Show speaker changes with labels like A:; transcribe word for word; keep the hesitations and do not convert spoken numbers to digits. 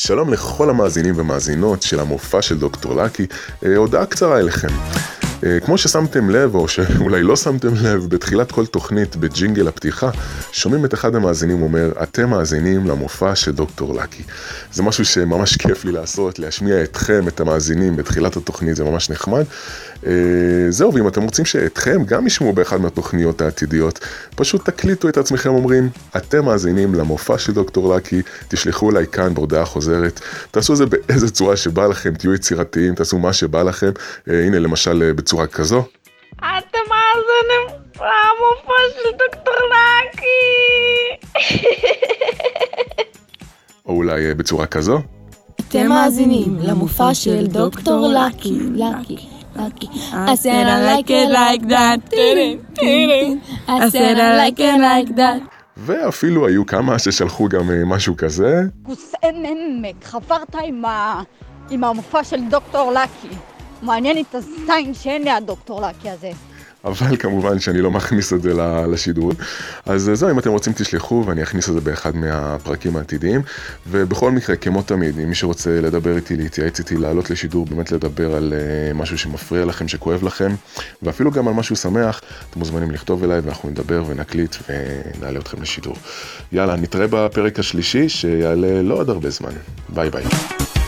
A: שלום לכל המאזינים ומאזינות של המופע של דוקטור לקי, הודעה קצרה אליכם. כמו ששמתם לב, או שאולי לא שמתם לב, בתחילת כל תוכנית בג'ינגל הפתיחה, שומעים את אחד המאזינים אומר, אתם מאזינים למופע של דוקטור לקי. זה משהו שממש כיף לי לעשות, להשמיע אתכם, את המאזינים בתחילת התוכנית, זה ממש נחמד. זהו, ואם אתם רוצים שאתכם גם ישמעו באחד מהתוכניות העתידיות, פשוט תקליטו את עצמכם אומרים, אתם מאזינים למופע של דוקטור לקי, תשלחו אליי כאן בהודעה חוזרת, תעשו זה באיזה צורה שבא לכם, תהיו יצירתיים, תעשו מה שבא לכם, הנה למשל בצורה כזו.
B: אתם מאזינים למופע של דוקטור לקי.
A: או אולי בצורה כזו.
C: אתם מאזינים למופע של דוקטור לקי, לקי. I said I like it like that. I said I like it like that.
A: ואפילו היו כמה ששלחו גם משהו כזה.
B: כוסאן עמק, חברת עם, ה... עם המופע של דוקטור לקי. מעניין את הזין שאין לי הדוקטור לקי הזה.
A: אבל כמובן שאני לא מכניס את זה לשידור. אז זהו, אם אתם רוצים תשלחו ואני אכניס את זה באחד מהפרקים העתידיים. ובכל מקרה, כמו תמיד, אם מי שרוצה לדבר איתי, להתייעץ איתי, לעלות לשידור, באמת לדבר על משהו שמפריע לכם, שכואב לכם, ואפילו גם על משהו שמח, אתם מוזמנים לכתוב אליי ואנחנו נדבר ונקליט ונעלה אתכם לשידור. יאללה, נתראה בפרק השלישי שיעלה לא עוד הרבה זמן. ביי ביי.